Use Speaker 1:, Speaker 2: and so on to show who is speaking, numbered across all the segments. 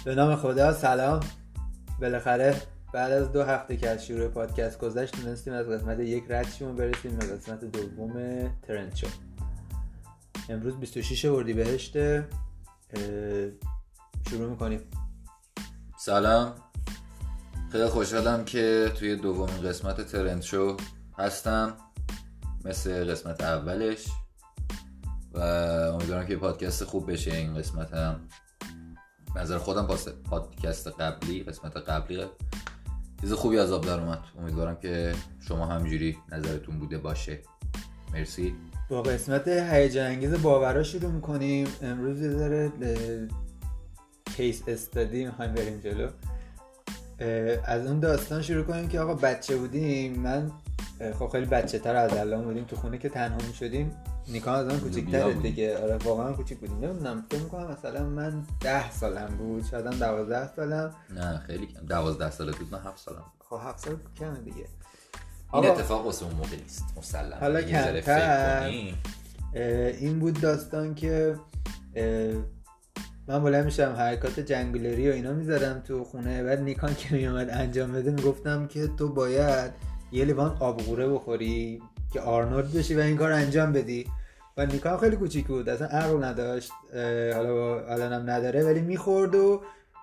Speaker 1: به نام خدا. سلام. بالاخره بعد از 2 هفته که از شروع پادکست گذشت تونستیم از قسمت 1 رد شیم برسیم به قسمت دوم ترند شو. امروز 26 اردیبهشت. شروع میکنیم.
Speaker 2: سلام، خیلی خوشحالم که توی دومین قسمت ترند شو هستم مثل قسمت اولش و امیدوارم که پادکست خوب بشه. این قسمت هم نظر خودم پادکست قبلی قسمت قبلی چیز خوبی از آب در اومد. امیدوارم که شما همجوری نظرتون بوده باشه. مرسی.
Speaker 1: با قسمت هیجان انگیز باورا شروع میکنیم. امروز یه ذره کیس استادی میخوایم بریم جلو. از اون داستان شروع کنیم که آقا بچه بودیم. من خب خیلی بچه تر از الان بودیم. تو خونه که تنها میشدیم نیکان از اون کوچیک‌تره دیگه. آره واقعا کوچیک بودیم. نمیدونم فکر می‌کنم مثلا من 10 سالم بود، شاید هم 12 سالم.
Speaker 2: نه خیلی کم. 12 ساله بود. من 7 سالم.
Speaker 1: خب 7 سال کمه دیگه.
Speaker 2: این اتفاق واسه اون موقع نیست مسلما.
Speaker 1: حالا کمتر این بود داستان که من بلند میشم حرکات جنگولری و اینا میذارم تو خونه. بعد نیکان که میومد انجام بده میگفتم که تو باید یه لیوان آبغوره بخوری که آرنولد بشی و این کار انجام بدی. و نیکان خیلی کوچیک بود، اصلا عقل نداشت، حالا الانم نداره، ولی میخورد و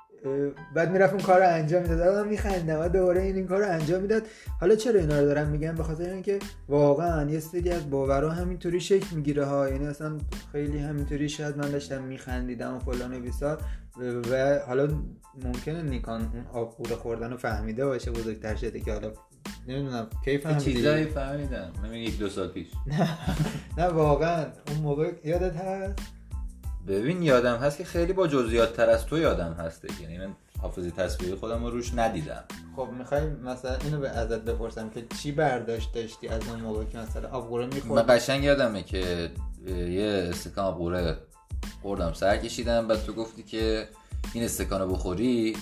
Speaker 1: بعد میرفت اون کار رو انجام میداد. آدم میخنده و دوباره این کار رو انجام میداد. حالا چرا اینا رو دارم میگم؟ به خاطر اینکه واقعا یه سری از باورها همینطوری شکل میگیره ها. یعنی اصلا خیلی همینطوری شاید من داشتم میخندیدم و فلان و بیسار و حالا ممکنه نیکان اون آبغوره خوردن رو فهمیده باشه بزرگتر شده که حالا نمیدونم کی فهمیدی.
Speaker 2: چیزایی فهمیدم من 1-2 سال پیش.
Speaker 1: نه واقعا اون موقع یادت هست؟
Speaker 2: ببین یادم هست که خیلی با جزئیات تر از تو یادم هست. یعنی من حافظه تصویری خودم رو روش ندیدم.
Speaker 1: خب میخوای مثلا اینو ازت بپرسم که چی برداشت داشتی از اون موقع که مثلا آبغوره میخوردی؟
Speaker 2: من قشنگ یادمه که یه استکان آبغوره خوردم، سر کشیدم، بعد تو گفتی که این استکانو بخوری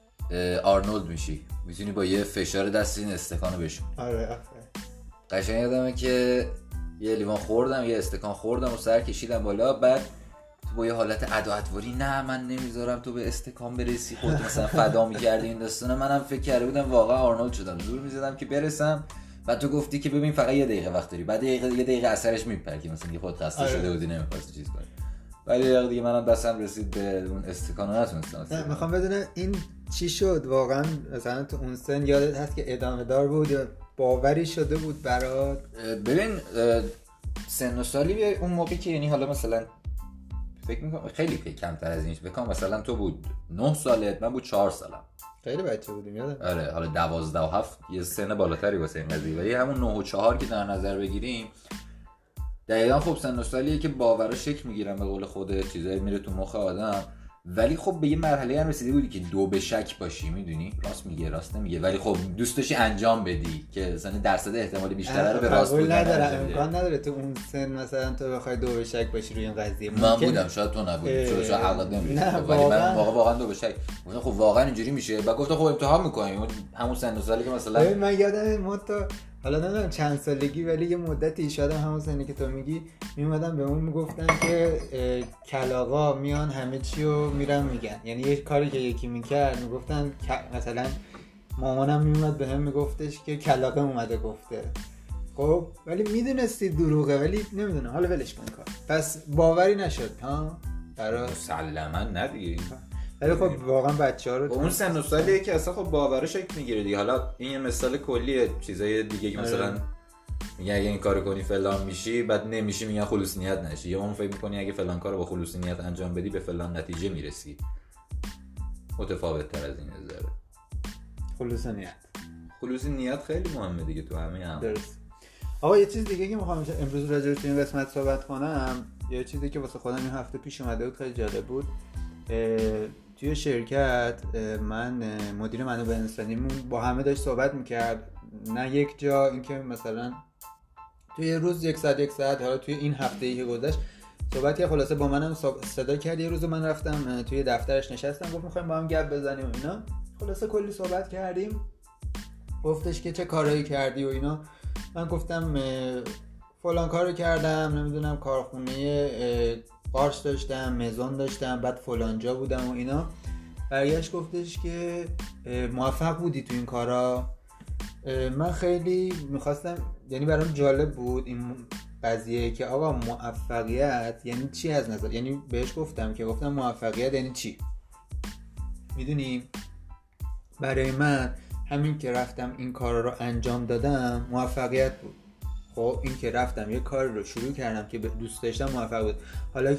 Speaker 2: آرنولد میشی، میتونی با یه فشار دست این استکانو بشونی.
Speaker 1: آره آفرین.
Speaker 2: قشنگ یادمه که یه لیوان خوردم، یه استکان خوردم و سر کشیدم بالا، بعد تو با یه حالت عدواتواری نه من نمیذارم تو به استکان برسی، خودت مثلا فدا می‌کردی این داستانه. منم فکر کرده بودم واقعا آرنولد شدم، زور می‌زدم که برسم. بعد تو گفتی که ببین فقط یه دقیقه وقت داری، بعد یه دقیقه اثرش میپره که مثلا خودت خسته شده بودی نمی‌خواستی چیز کنی. ولی یه دیگه منم دستم رسید به اون استکانو نتونستم.
Speaker 1: نه میخوام بدونم این چی شد واقعا. مثلا تو اون سن یادت هست که ادامه دار بود یا باوری شده بود برات؟
Speaker 2: ببین سن و سالی اون موقعی که یعنی حالا مثلا فکر میکنم خیلی کمتر از اینش بکنم، مثلا تو بود 9 سالت، من بود 4 سالم.
Speaker 1: خیلی بچه بودیم یادم.
Speaker 2: آره حالا 12 و 7 یه سن بالاتری واسه این قضیه، ولی همون 9 و 4 که در نظر بگیریم دقیقاً خب سن و سالیه که باورا شکل میگیرن، به قول خودت چیزایی میره تو مخ آدم. ولی خب به یه مرحله هم رسیده بودی که دو به شک باشی، میدونی راست میگه راست نمیگه، ولی خب دوست داشتی انجام بدی که مثلا درصد احتمال بیشتره رو به راست بودن
Speaker 1: نداره. امکان نداره تو اون سن مثلا تو بخوای دو به شک باشی روی این قضیه.
Speaker 2: من بودم شاید تو نبودی، چون شاید عقلت نمیرسید، ولی من واقعا دو به شک بودم. خب واقعا اینجوری میشه. بعد گفتم خب امتحان میکنیم همون سن و سالی که مثلا
Speaker 1: من یادم مدت حالا نمیدونم چند سالگی، ولی یه مدتی شاید همون سنی که تو میگی میومدن به اون میگفتن که کلاغا میان همه چی رو میرن میگن. یعنی یه کاری که یکی میکرد میگفتن مثلا مامانم میومد به هم میگفتش که کلاغه اومده گفته. خب ولی میدونستی دروغه، ولی نمیدونم، حالا ولش کن کار. پس باوری نشد ها برای
Speaker 2: مسلما نه دیگه.
Speaker 1: ولی خب واقعا بچه‌ها رو
Speaker 2: اون سن و سالیه که اصلا خب باوره شکل میگیره دیگه. حالا این یه مثال کلیه، چیزای دیگه که مثلا میگن اگه این کارو کنی فلان میشی، بعد نمیشی میگن خلوص نیت نشی، یا اون فکر میکنی اگه فلان کارو با خلوص نیت انجام بدی به فلان نتیجه میرسی. متفاوت تر از این نظره. خلوص نیت خیلی مهمه دیگه تو همه هم.
Speaker 1: درست. آقا یه چیز دیگه که میخوام امروز راجع به این قسمت صحبت کنم، یه چیزی که واسه خودم این هفته پیش اومده بود خیلی جالب بود. توی شرکت من مدیر منابع انسانیمون با همه داشت صحبت میکرد. نه یک جا اینکه مثلا توی روز یک ساعت حالا توی این هفته‌ای که گذشت صحبت کرد. خلاصه با منم صدا کرد. یه روز من رفتم توی دفترش نشستم، گفت می‌خوایم با هم گپ بزنیم و اینا. خلاصه کلی صحبت کردیم. گفتش که چه کارایی کردی و اینا. من گفتم فلان کارو کردم، نمیدونم کارخونه قارچ داشتم، مزون داشتم، بعد فلان جا بودم و اینا. برگشت گفتش که موفق بودی تو این کارا. من خیلی میخواستم، یعنی برام جالب بود این قضیه که آقا موفقیت یعنی چی از نظر، یعنی بهش گفتم موفقیت یعنی چی. میدونی برای من همین که رفتم این کارا رو انجام دادم موفقیت بود. خب این که رفتم یه کار رو شروع کردم که دوست داشتم موفق بود. حالا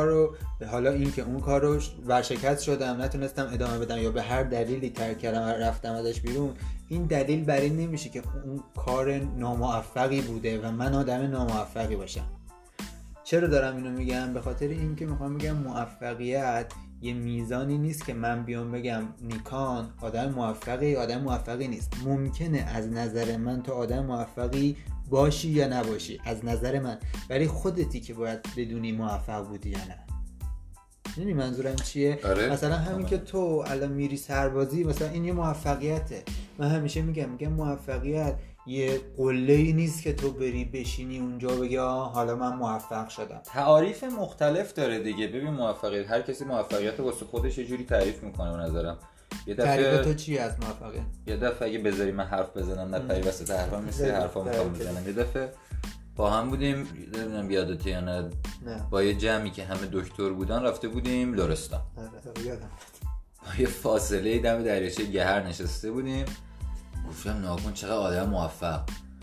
Speaker 1: این که اون کار رو ورشکست شدم، نتونستم ادامه بدم یا به هر دلیلی ترک کردم و رفتم ازش بیرون، این دلیل بر این نمیشه که اون کار ناموفقی بوده و من آدم ناموفقی باشم. چرا دارم اینو میگم؟ به خاطر این که میخوام بگم موفقیت یه میزانی نیست که من بیام بگم نیکان آدم موفقی نیست. ممکنه از نظر من تو آدم موفقی باشی یا نباشی، از نظر من، ولی خودتی که باید بدونی موفق بودی یا نه. یعنی منظورم چیه؟
Speaker 2: آره.
Speaker 1: مثلا همین که تو الان میری سربازی، مثلا این یه موفقیته. من همیشه میگم موفقیت یه قله‌ای نیست که تو بری بشینی اونجا بگی حالا من موفق شدم.
Speaker 2: تعاریف مختلف داره دیگه. ببین موفقیت، هر کسی موفقیت واسه خودش یه جوری تعریف میکنه. به نظرم یه دفعه
Speaker 1: تعریف تو چی از موفقیت؟
Speaker 2: یه دفعه اگه بذاری من حرف بزنم نه پری وسط حرفم مثل حرفا میخوام بزنم. یه دفعه با هم بودیم، نمیدونم یادته یا نه، با یه جمعی که همه دکتر بودن رفته بودیم لرستان.
Speaker 1: یادم.
Speaker 2: با یه فاصله دم دریاچه گهر نشسته بودیم. گفتم ناگهان چقدر آدم موفق.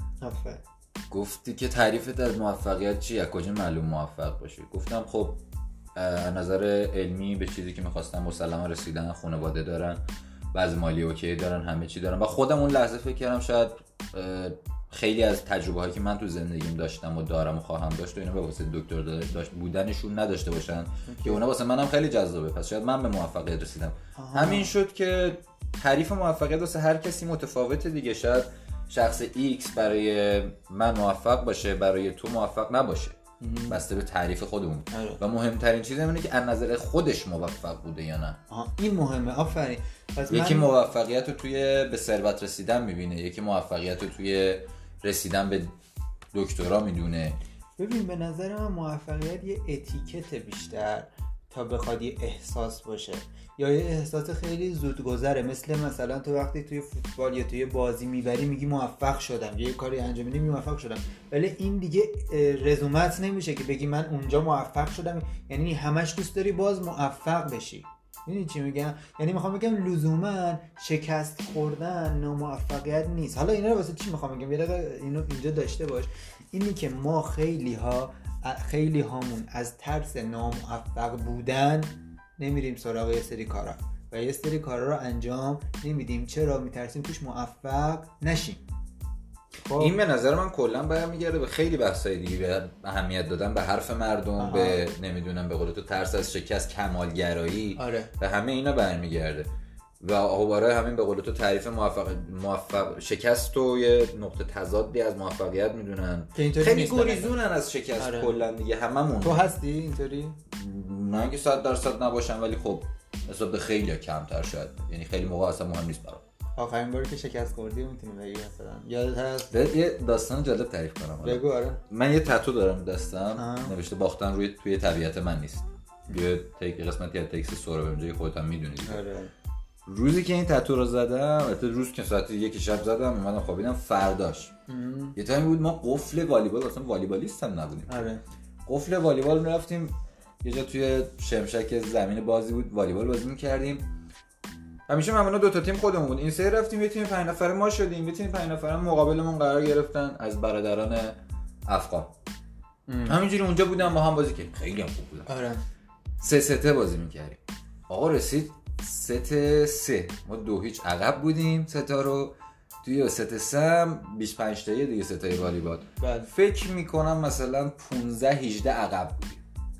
Speaker 2: گفتی که تعریفت از موفقیت چیه؟ از کجا معلوم موفق باشی؟ گفتم خب از نظر علمی به چیزی که می‌خواستم مسلما رسیدن، خانواده دارن، بعض مالی اوکی دارن، همه چی دارن. و خودم اون لحظه فکر کردم شاید خیلی از تجربه‌هایی که من تو زندگیم داشتم و دارم و خواهم داشت و اینا به واسه دکتر داشت بودنشون نداشته باشن که اونا واسه منم خیلی جذابه، پس شاید من به موفقیت رسیدم. همین شد که تعریف موفقیت واسه هر کسی متفاوته دیگه. شاید شخص X برای من موفق باشه، برای تو موفق نباشه، بسته به تعریف خودمون. و مهمترین چیز اینه که از نظر خودش موفق بوده یا نه.
Speaker 1: این مهمه. آفرین.
Speaker 2: یکی موفقیت رو توی به ثروت رسیدن میبینه، یکی موفقیت رو توی رسیدن به دکترا میدونه.
Speaker 1: ببین به نظر من موفقیت یه اتیکت بیشتر تا بخواد یه احساس باشه، یا یه احساس خیلی زودگذره. مثلا تو وقتی توی فوتبال یا توی بازی میبری میگی موفق شدم، یه کاری انجام میدی موفق شدم، ولی این دیگه رزومت نمیشه که بگی من اونجا موفق شدم. یعنی همش دوست داری باز موفق بشی. میدونی چی میگم؟ یعنی میخوام بگم لزوما شکست خوردن ناموفقیت نیست. حالا اینا رو واسه چی میخوام بگم؟ یه دقیقه اینو اینجا داشته باش. اینی که ما خیلی هامون از ترس ناموفق بودن نمیریم سراغ یه سری کارا و یه سری کارا رو انجام نمیدیم. چرا؟ میترسیم توش موفق نشیم.
Speaker 2: این به نظر من کلا برمیگرده به خیلی بحثای دیگه، به اهمیت دادن به حرف مردم، به نمیدونم به قول تو ترس از شکست، کمالگرایی. به همه اینا برمیگرده. و برای همین به قول تو تعریف موفق شکست و یه نقطه تضادی از موفقیت میدونن. خیلی گریزونن از شکست کلا دیگه هممون.
Speaker 1: تو هستی اینطوری؟
Speaker 2: نه که 100% نباشم، ولی خب حساب به خیلی کمتر شاید. یعنی خیلی موقع اصلا مهم نیست برام.
Speaker 1: آخرین باری که شکست خوردی میتونی بگی مثلا یادت هست؟
Speaker 2: یه داستان جالب تعریف کنم.
Speaker 1: بگو. آره
Speaker 2: من یه تتو دارم دستم نوشته باختن توی طبیعت من نیست. یه قسمتی از تکست سهراب جای خودت هم میدونی.
Speaker 1: آره.
Speaker 2: روزی که این تتو رو زدم، البته روز که ساعت 1 شب زدم، اومدم خوابیدم، فرداش یه تایمی بود ما قفل والیبال، اصلا والیبالیست هم نبودیم.
Speaker 1: آره.
Speaker 2: قفل والیبال میرفتیم یه جا توی شمشک زمین بازی بود، والیبال بازی می‌کردیم. همیشه معمولا دو تا تیم خودمون بود. این سری رفتیم یه تیم 5 نفره ما شدیم، یه تیم 5 نفره مقابلمون قرار گرفتن از برادران افغان. همینجوری اونجا بودم با هم بازی کردیم، خیلی هم خوب بودن.
Speaker 1: آره.
Speaker 2: 3-3 بازی می‌کردیم. آقا رسید 3-3 ما 2-0 عقب بودیم. ستا رو توی 3-3 25 تایی دیگه ستای والیبال. فکر می‌کنم مثلا 15-18 عقب بودیم.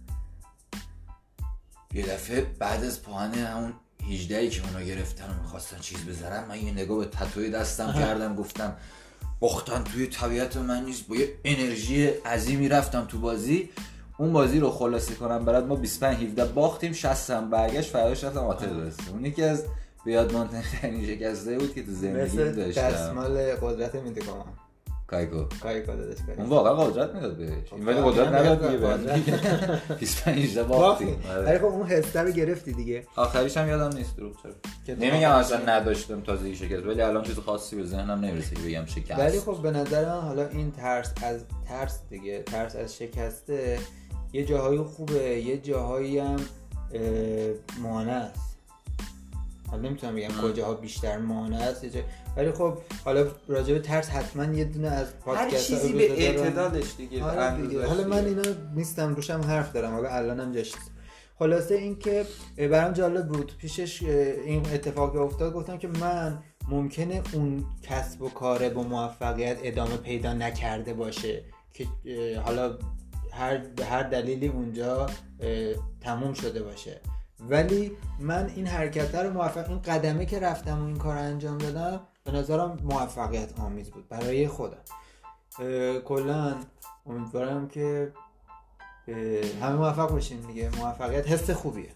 Speaker 2: یه دفعه بعد از پاهن همون 18 که اونا گرفتن و میخواستن چیز بذارن، من یه نگاه به تتوی دستم کردم، گفتم باختن توی طبیعت من نیست. با یه انرژی عظیمی رفتم تو بازی. اون بازی رو خلاصه کنم برات، ما 25-17 باختیم، 60 هم برگشت، فرداش رفتم آتل رسید. اون یکی از بیاد مانتن ترین شکسته بود که تو زندگی داشتم.
Speaker 1: دستمال قدرت انتقام.
Speaker 2: کایکو
Speaker 1: دادش کاری
Speaker 2: اون واقعا قدرت میداد بهش این ولی قدرت نداد دیگه 25 باختیم.
Speaker 1: ولی خب اون حسه رو گرفتی دیگه.
Speaker 2: آخریش هم یادم نیست دروغ چرا نمیگم اصلا نداشتم تازگی شکست، ولی الان چیز خاصی به ذهنم نمیرسه که بگم شکست.
Speaker 1: ولی خب به نظر من حالا این ترس دیگه، ترس از شکسته یه جاهایی خوبه، یه جاهایی هم مانع است. حالا نمیتونم بگم کجاها بیشتر مانع است ولی خب حالا راجع به ترس حتما یه دونه از پادکست
Speaker 2: هر چیزی به اعتدالش دیگه.
Speaker 1: حالا من اینا نیستم روشم حرف دارم، حالا الانم جاش. خلاصه این که برام جالب بود پیشش این اتفاقی افتاد، گفتم که من ممکنه اون کسب و کار با موفقیت ادامه پیدا نکرده باشه که حالا هر دلیلی اونجا تموم شده باشه، ولی من این حرکت رو این قدمه که رفتم و این کار انجام دادم به نظرم موفقیت آمیز بود برای خودم. کلا امیدوارم که همه موفق بشین دیگه. موفقیت حس خوبیه.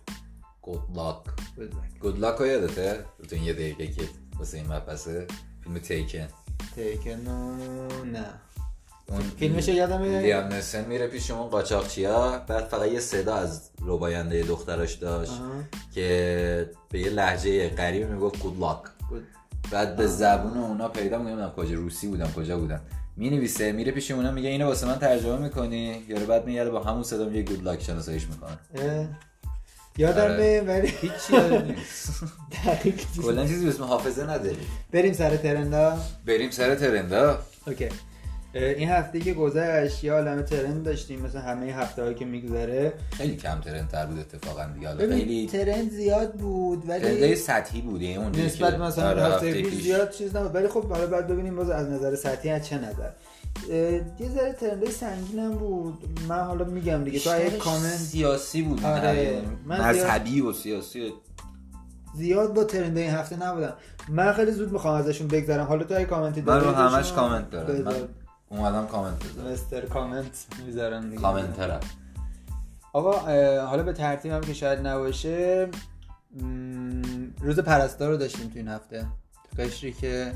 Speaker 2: Good luck یادته؟ تو این یه دقیقه که واسه این مبحثه فیلم تیکن
Speaker 1: نه اون فیلمش یادمه
Speaker 2: لیام نیسن میره پیش اون قاچاقچیا، بعد فقط یه صدا از رباینده دختراش داشت که به یه لهجه غریبی میگفت good luck. بعد به زبون اونا پیدا نمیدونم کجا روسی بودم کجا بودم مینویسه، میره پیش اونا میگه اینو واسه من ترجمه میکنی؟ یارو بعد میاره با همون صدا میگه good luck شناساییش میکنه.
Speaker 1: یادمه ولی
Speaker 2: هیچی یادم نیست. کلا چیزی به اسم حافظه نداری.
Speaker 1: بریم سر ترندا. اوکی. این هفته که گذشت یه عالمه ترند داشتیم مثلا همه هفته‌هایی که میگذره.
Speaker 2: خیلی کم ترند تر بود اتفاقا دیگه.
Speaker 1: خیلی ترند زیاد بود ولی
Speaker 2: ترندای سطحی بود اون
Speaker 1: نسبت مثلا هفته پیش زیاد چیز نبود، ولی خب حالا بعد ببینیم باز از نظر سطحی از چه نظر. یه ذره ترندای سنگینم بود. من حالا میگم دیگه تو یک کامنت
Speaker 2: سیاسی بود. مذهبی و سیاسی
Speaker 1: زیاد با ترندای این هفته نبودم. من خیلی زود میخوام ازشون بگذرم. حالا تو کامنتی داری؟
Speaker 2: من رو همش کامنت دارم. من اومدم کامنت بذارم.
Speaker 1: مستر کامنت میذارن دیگه.
Speaker 2: کامنترم.
Speaker 1: آقا حالا به ترتیبم که شاید نباشه، روز پرستار رو داشتیم تو این هفته. قشری که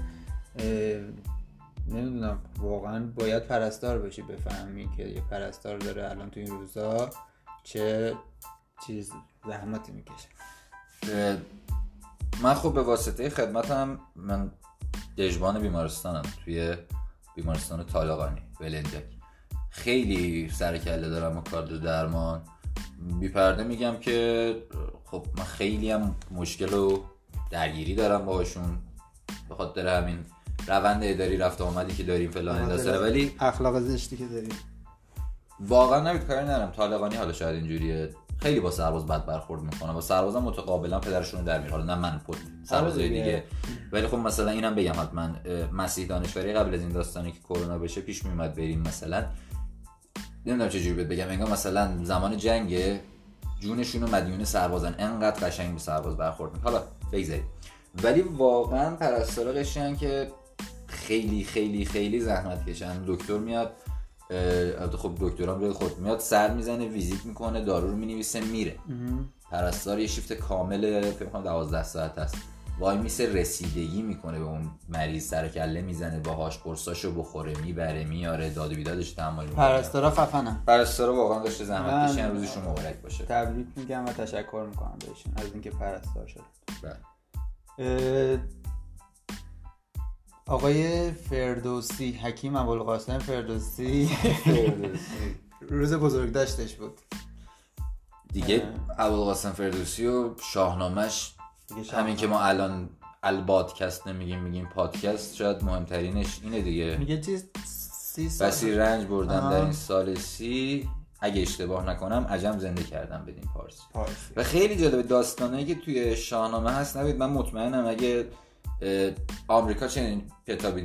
Speaker 1: نمیدونم واقعا باید پرستار باشی بفهمی که یه پرستار داره الان تو این روزا چه چیز زحمتی میکشه.
Speaker 2: من خب به واسطه خدمتم من دژبان بیمارستانم توی بیمارستان طالقانی ولنجک. خیلی سر کله دارم با کار درمان. بی پرده میگم که خب من خیلی هم مشکل و درگیری دارم باهاشون به خاطر همین روند اداری رفت آمدی که داریم فلان اینا، ولی
Speaker 1: اخلاق زشتی که داریم
Speaker 2: واقعا نبید کاری ندارم. طالقانی حالا شاید اینجوریه خیلی با سرباز بد برخورد میکنه، با سربازا متقابلا پدرشون رو در میاره. حالا نه من سربازای دیگه، ولی خب مثلا اینم بگم حتما مسیح دانشوری قبل از این داستانی که کرونا بشه پیش میومد بریم مثلا نمیدونم چه جوری بگم انگار مثلا زمان جنگ جونشون رو مدیون سربازن، انقدر قشنگ به سرباز برخورد میکنه. حالا بگذارید، ولی واقعا پرستارا قشنگن که خیلی خیلی خیلی زحمت کشن. دکتر میاد خب دکترام روی خود میاد سر میزنه ویزیت میکنه دارو رو مینویسه میره. پرستار یه شیفت کامل فکر کنم 12 ساعت است وای میسه رسیدگی میکنه به اون مریض، سر کله میزنه باهاش، قرصاشو بخوره میبره میاره، داد و بیدادش تحمل میکنه.
Speaker 1: پرستارا خفنن.
Speaker 2: پرستارا واقعا داشته زحمت کشن. روزشون مبارک باشه.
Speaker 1: تبریک میگم و تشکر میکنم بهشون از اینکه پرستار شدن. آقای فردوسی، حکیم ابوالقاسم فردوسی روز بزرگداشتش بود
Speaker 2: دیگه. ابوالقاسم فردوسی و شاهنامه‌اش همین که ما الان البادکست نمیگیم میگیم پادکست، شاید مهمترینش اینه دیگه.
Speaker 1: میگه چیز 30 سال
Speaker 2: بسی رنج بردم در این سال 30 اگه اشتباه نکنم عجم زنده کردم بدین پارسی. و خیلی جالب داستانایی که توی شاهنامه هست. نوید من مطمئنم اگه آمریکا چنین کتابی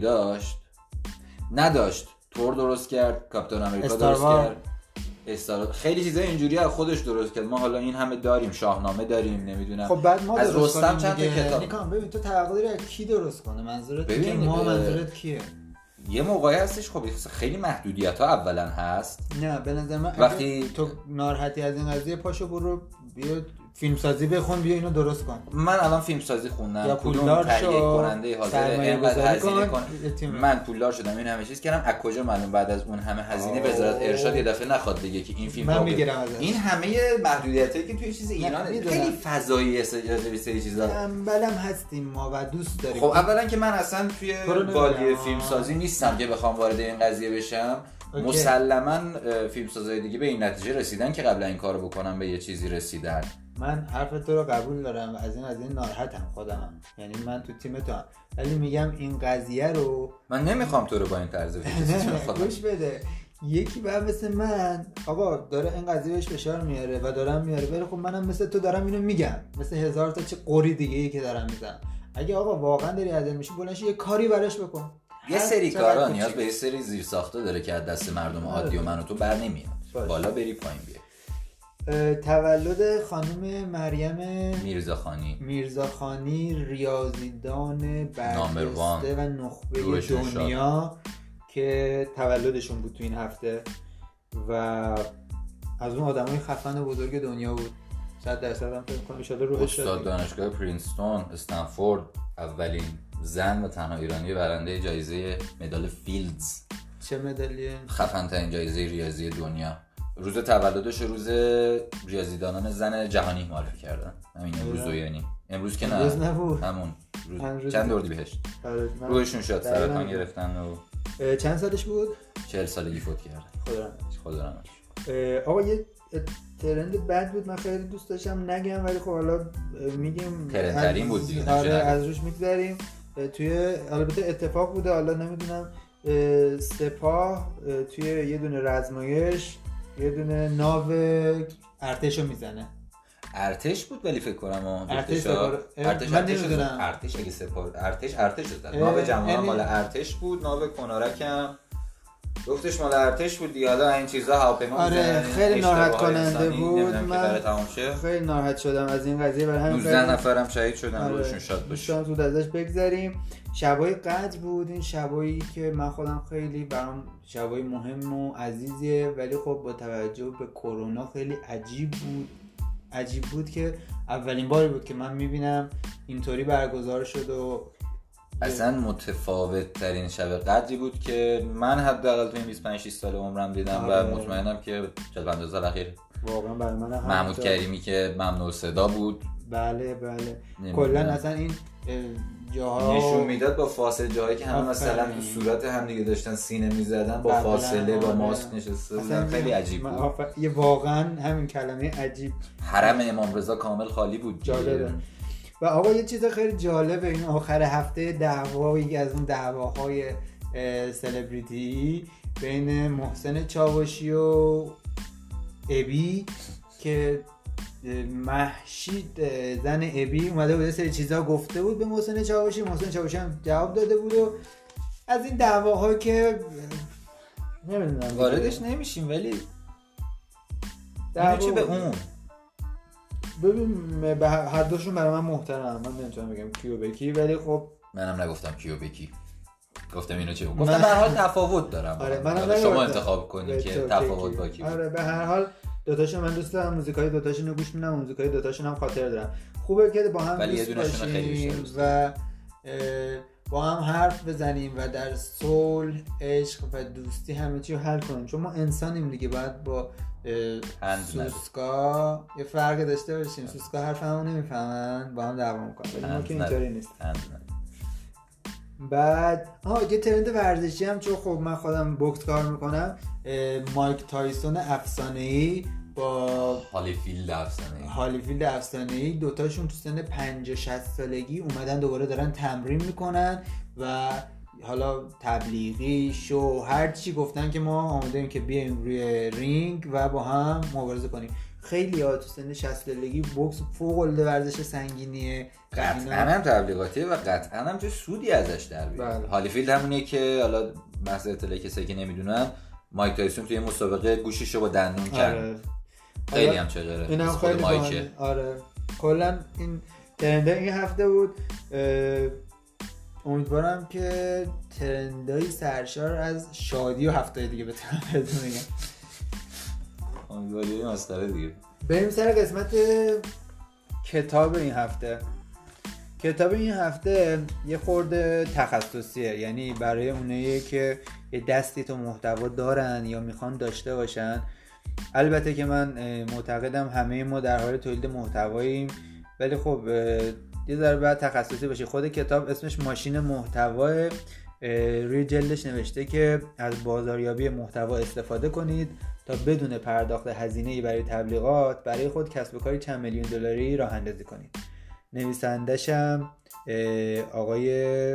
Speaker 2: نداشت تور درست کرد، کاپیتان آمریکا درست کرد، خیلی چیزای اینجوری از خودش درست کرد. ما حالا این همه داریم، شاهنامه داریم، نمیدونم
Speaker 1: خب بعد ما
Speaker 2: از رستم چند تا کتاب.
Speaker 1: نیکان ببین تو توقع داری از کی درست کنه؟ منظورت که ما منظورت کیه؟
Speaker 2: یه موقعی هستش خب خیلی محدودیت ها اولا هست.
Speaker 1: نه به نظر من
Speaker 2: وقتی
Speaker 1: تو ناراحتی از این قضیه پاشو برو بیا فیلمسازی بخون بیا اینو درست کن.
Speaker 2: من الان فیلمسازی خوندم،
Speaker 1: کدوم
Speaker 2: تهیه کننده حاضر اینقدر هزینه کنه. من پولدار شدم این همه چیز کردم، از کجا معلوم بعد از اون همه هزینه وزارت ارشاد یه دفعه نخواد بگه که این فیلم این همه محدودیتایی که توی چیز ایران خیلی فضایی اجازه به سری چیزا
Speaker 1: تنبلم هستیم ما و دوست داریم.
Speaker 2: خب اولا که من اصلا توی بادیه فیلمسازی نیستم که بخوام وارد این قضیه بشم. مسلما فیلمسازای دیگه به این نتیجه رسیدن که قبل این کارو بکنم به یه چیزی رسیدن.
Speaker 1: من حرف تو رو قبول دارم و از این ناراحتم خودم، یعنی من تو تیم تو هم، ولی میگم این قضیه رو
Speaker 2: من نمیخوام تو رو با این طرز فکر
Speaker 1: گوش بده. یکی بعد مثل من آقا داره این قضیه بهش فشار میاره و دارم میاره، ولی خب منم مثل تو دارم اینو میگم، مثل هزار تا چه قوری دیگه ای که دارم میزنم. اگه آقا واقعا داری عدل میشی بلنش یه کاری براش بکن.
Speaker 2: یه سری کارا نیاز به یه سری زیرساخته داره که از دست مردم عادی و من و تو بر نمیاد، بالا بری پایین بیای.
Speaker 1: تولد خانم مریم میرزاخانی ریاضیدان برجسته و نخبه دنیا که تولدشون بود تو این هفته و از اون آدمای خفن و بزرگ دنیا بود. 100% هم فکر کنم ان شاء الله روحش
Speaker 2: استاد دانشگاه پرینستون استنفورد، اولین زن و تنها ایرانی برنده جایزه مدال فیلدز.
Speaker 1: چه مدالیه؟
Speaker 2: خفن ترین جایزه ریاضی دنیا. روز تولدش روز ریاضیدانان زن جهانی معرفی کردن. همین امروز یعنی امروز که نه
Speaker 1: امروز نبود،
Speaker 2: همون روز چند اردیبهشت روحشون شد، سرطان گرفتن و
Speaker 1: چند سالش بود؟
Speaker 2: 40 سالگی فوت کرد. خدا رحمتش.
Speaker 1: آقا یه ترند بد بود من خیلی دوست داشتم نگم، ولی خب حالا میگیم
Speaker 2: ترندترین بود دیگه.
Speaker 1: آره از روش میگذریم. توی البته اتفاق بوده، حالا نمیدونم سپاه توی یه دونه رزمایش یه دونه ناو ارتشو میزنه.
Speaker 2: ارتش بود ولی فکر کنم
Speaker 1: ارتش
Speaker 2: من نمیدونم. ارتش اگه سپاه ارتش زد. ناو جمعه مال ارتش بود، ناو کنارک هم گفتش مال ارتش بود دیگه. حالا این چیزا هواپیما
Speaker 1: آره خیلی ناراحت کننده بود. من خیلی ناراحت شدم از این قضیه، برای همین
Speaker 2: 12 نفرم شهید شدن. روشون شاد باشه.
Speaker 1: زود ازش بگذریم. شبای قدر بود، این شبایی که من خودم خیلی برام شبای مهم و عزیزیه، ولی خب با توجه به کرونا خیلی عجیب بود که اولین باری بود که من میبینم اینطوری برگزار شد و
Speaker 2: اصلا متفاوت ترین شب قدری بود که من حداقل تو این 25 6 سال عمرم دیدم و مطمئنم که 40 سال اخیر
Speaker 1: واقعا برای من
Speaker 2: محمود کریمی که ممنوع صدا بود.
Speaker 1: بله کلا اصلا این جاها
Speaker 2: نشون میداد با فاصله، جایی که همه مثلا تو صورت هم دیگه داشتن سینه میزدن با فاصله با ماسک نشسته بودن. خیلی عجیب بود.
Speaker 1: یه واقعا همین کلمه عجیب.
Speaker 2: حرم امام رضا کامل خالی بود.
Speaker 1: جالبه. و آقا یه چیز خیلی جالبه، این آخر هفته دعوا، یکی از اون دعواهای سلبریتی بین محسن چاوشی و ابی که مهشید زن ابی اومده بود یه سری چیزا گفته بود به محسن چاوشی هم جواب داده بود و از این دعواها که نمیدونم
Speaker 2: واردش نمیشیم، ولی دعوا چی به اون
Speaker 1: ببین به هر دوشون برای من محترمم، من نمیتونم بگم کیو به کی، ولی خب
Speaker 2: منم نگفتم کیو به کی، گفتم اینو چه گفتم به هر حال تفاوت دارم.
Speaker 1: آره
Speaker 2: شما انتخاب کنی که تفاوت با کی.
Speaker 1: آره به هر حال دوتاشون من دوست دارم، موزیکای دوتاشون رو گوش میدم، موزیکای دوتاشون هم خاطر دارم. خوبه که با هم دوست باشیم و با هم حرف بزنیم و در صلح، عشق و دوستی همه چی رو حل کنیم، چون ما انسانیم دیگه، باید با سوسکا یه فرق داشته باشیم. سوسکا حرف همون نمیفهمن، با هم دعوا میکنن، ولی ما که اینطوری نیست. بعد یه ترند ورزشی هم، چون خب من خودم بوکس کار میکنم، مایک تایسون افسانه‌ای با هالیفیلد افسانه‌ای دوتاشون تو سن 50-60 سالگی اومدن دوباره دارن تمرین میکنن و حالا تبلیغی شو هر چی گفتن که ما آماده‌ایم که بیایم روی رینگ و با هم مبارزه کنیم. خیلی ها تو سن 60 سالگی بوکس فوق العاده ورزش سنگینیه،
Speaker 2: قطعاً هم تبلیغاتیه و قطعاً هم چه سودی ازش در بیاد. هالیفیلد همونیه که حالا محض اطلاعی کسایی که نمیدونن مایک تایسون توی مسابقه گوشیشو با دندون کرد. خیلی هم چقدره
Speaker 1: اینم خیلی مایکه. آره کلا این ترند این هفته بود. امیدوارم که ترندای سرشار از شادی و هفته دیگه بتونم بهتون بگم.
Speaker 2: امیدواری مسخره دیگه.
Speaker 1: بریم سر قسمت کتاب این هفته یه خورده تخصصیه، یعنی برای اونایی که یه دستی تو محتوا دارن یا میخوان داشته باشن. البته که من معتقدم همه ما در حال تولید محتواییم، ولی خب یه ذره باید تخصصی باشه. خود کتاب اسمش ماشین محتوا، روی جلدش نوشته که از بازاریابی محتوا استفاده کنید تا بدون پرداخت هزینه‌ای برای تبلیغات برای خود کسب و کاری چند میلیون دلاری راه اندازی کنید. نویسندش هم آقای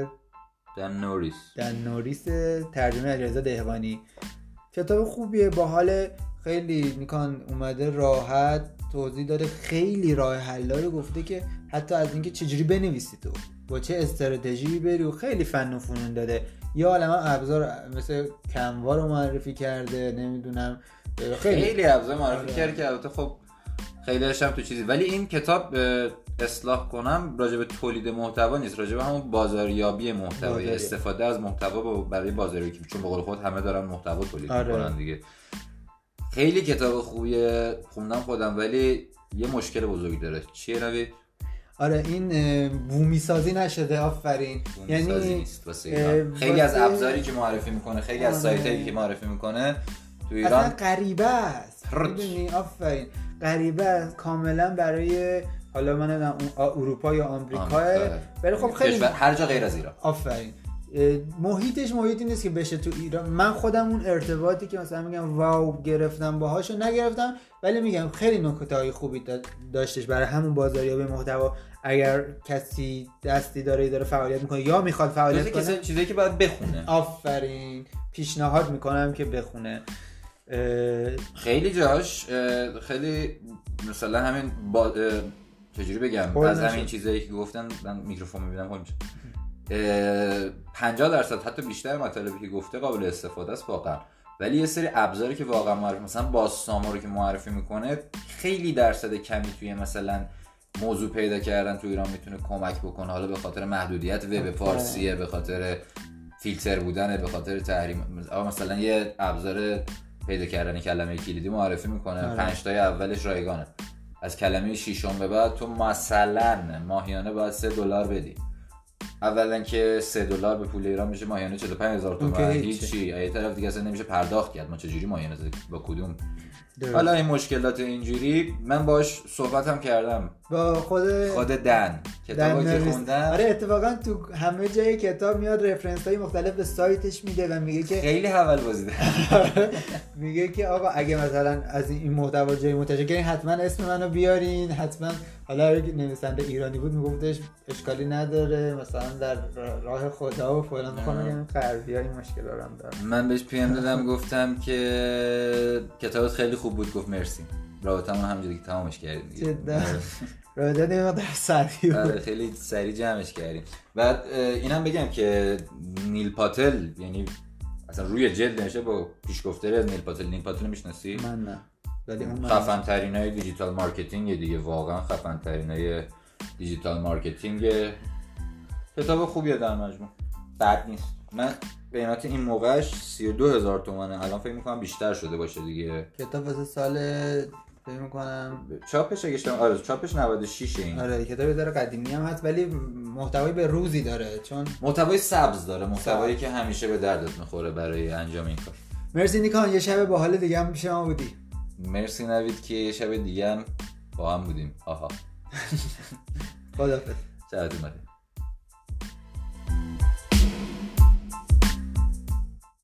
Speaker 1: دن نوریس، ترجمه علیرضا دهقانی. کتاب خوبیه، باحال، خیلی نیکان اومده راحت توضیح داده، خیلی راه حلا رو گفته که حتی از اینکه چجوری بنویسی تو، با چه استراتژی بری، و خیلی فن و فنون داده. یا عالمه ابزار مثل کنوا رو معرفی کرده، نمیدونم
Speaker 2: خیلی ابزار معرفی کرده که البته خب خیلی هاشم تو چیزی، ولی این کتاب اصلاح کنم راجع به تولید محتوا نیست، راجع به همون بازاریابی محتوا، استفاده از محتوا برای بازاریابی، چون به قول خود همه دارن محتوا تولید میکنن دیگه. خیلی کتاب خوبیه، خوندم خودم، ولی یه مشکل بزرگی داره. چیه نوید؟
Speaker 1: آره این بومی سازی نشده. آفرین.
Speaker 2: یعنی خیلی از ابزاری که معرفی میکنه، خیلی از سایتایی که معرفی میکنه تو ایران
Speaker 1: اصلا غریبه است. میدونی؟ آفرین، غریبه است کاملا برای حالا من نمیدونم اروپا یا آمریکا، ولی خب خیلی
Speaker 2: هر جا غیر از ایران.
Speaker 1: آفرین. محیطش محیطی نیست که بشه تو ایران. من خودم اون ارتباطی که مثلا میگم واو گرفتم باهاشو نگرفتم، ولی میگم خیلی نکته‌های خوبی داشتش برای همون بازاریابی محتوا. اگر کسی دستی داره فعالیت میکنه یا میخواد فعالیت کنه،
Speaker 2: چیزایی که باید بخونه.
Speaker 1: آفرین، پیشنهاد میکنم که بخونه.
Speaker 2: خیلی جاش خیلی مثلا همین چجوری بگم، از همین چیزایی که گفتن، من میکروفون میبینم خب میشه 50% حتی بیشتر مطالبی که گفته قابل استفاده است واقعا، ولی یه سری ابزاری که واقعا معرفی، مثلا بازساما رو که معرفی میکنه، خیلی درصد کمی توی مثلا موضوع پیدا کردن تو ایران میتونه کمک بکنه، حالا به خاطر محدودیت وب فارسیه، به خاطر فیلتر بودنه، به خاطر تحریم. مثلا یه ابزار پیدا کردن کلمه کلیدی معرفی میکنه، 5 تای اولش رایگانه، از کلمه ششم به بعد تو مثلا ماهیانه باید $3 بدی. اولا که $3 به پول ایران میشه ماهیانه 45,000 تومان، هیچی. یه طرف دیگه اصلا نمیشه پرداخت کرد. ما چجوری ماهیانه با کدوم؟ حالا این مشکلات اینجوری من باش صحبتم کردم
Speaker 1: با خود
Speaker 2: دن کتابی که خوندم.
Speaker 1: آره اتفاقا تو همه جای کتاب میاد رفرنس های مختلف به سایتش میده و میگه که
Speaker 2: خیلی حول بازیده.
Speaker 1: میگه که آقا اگه مثلا از این محتوا جای منتشر کردین حتما اسم منو بیارین، حتما. حالا اگه نویسنده ایرانی بود میگفتش اشکالی نداره، مثلا در راه خدا و فلان. میخوام بگم غربی‌ها این مشکل رو هم دارن.
Speaker 2: من بهش پی ام دادم گفتم که کتابت خیلی خوب بود، گفت مرسی. رابطمون همینجوری که تمامش کردیم دیگه.
Speaker 1: رابطه در سریع بود.
Speaker 2: خیلی سریع جمعش کردیم. بعد اینم بگم که نیل پاتل، یعنی اصلا روی جلد نشه با پیشگفتاری از نیل پاتل میشناسی؟
Speaker 1: من نه، ولی اون
Speaker 2: خفن ترینای دیجیتال مارکتینگ دیگه، واقعا خفن ترینای دیجیتال مارکتینگ. کتاب خوبیه در مجموع، بد نیست. من قیمت این موقعش 32,000 تومانه، الان فکر میکنم بیشتر شده باشه دیگه.
Speaker 1: کتاب واسه سال فکر میکنم
Speaker 2: چاپش اگه اشتباه، آره چاپش 96 این.
Speaker 1: آره کتاب داره قدیمی هم هست، ولی محتوای به روزی داره، چون
Speaker 2: محتوای سبز داره، محتوایی که همیشه به دردت میخوره برای انجام این کار.
Speaker 1: مرسی نیکان، یه شب باحال دیگه هم پیش ما بودی.
Speaker 2: مرسی نوید که یه شب دیگه هم با هم بودیم. آها.
Speaker 1: خداحافظ.
Speaker 2: شبتون بخیر.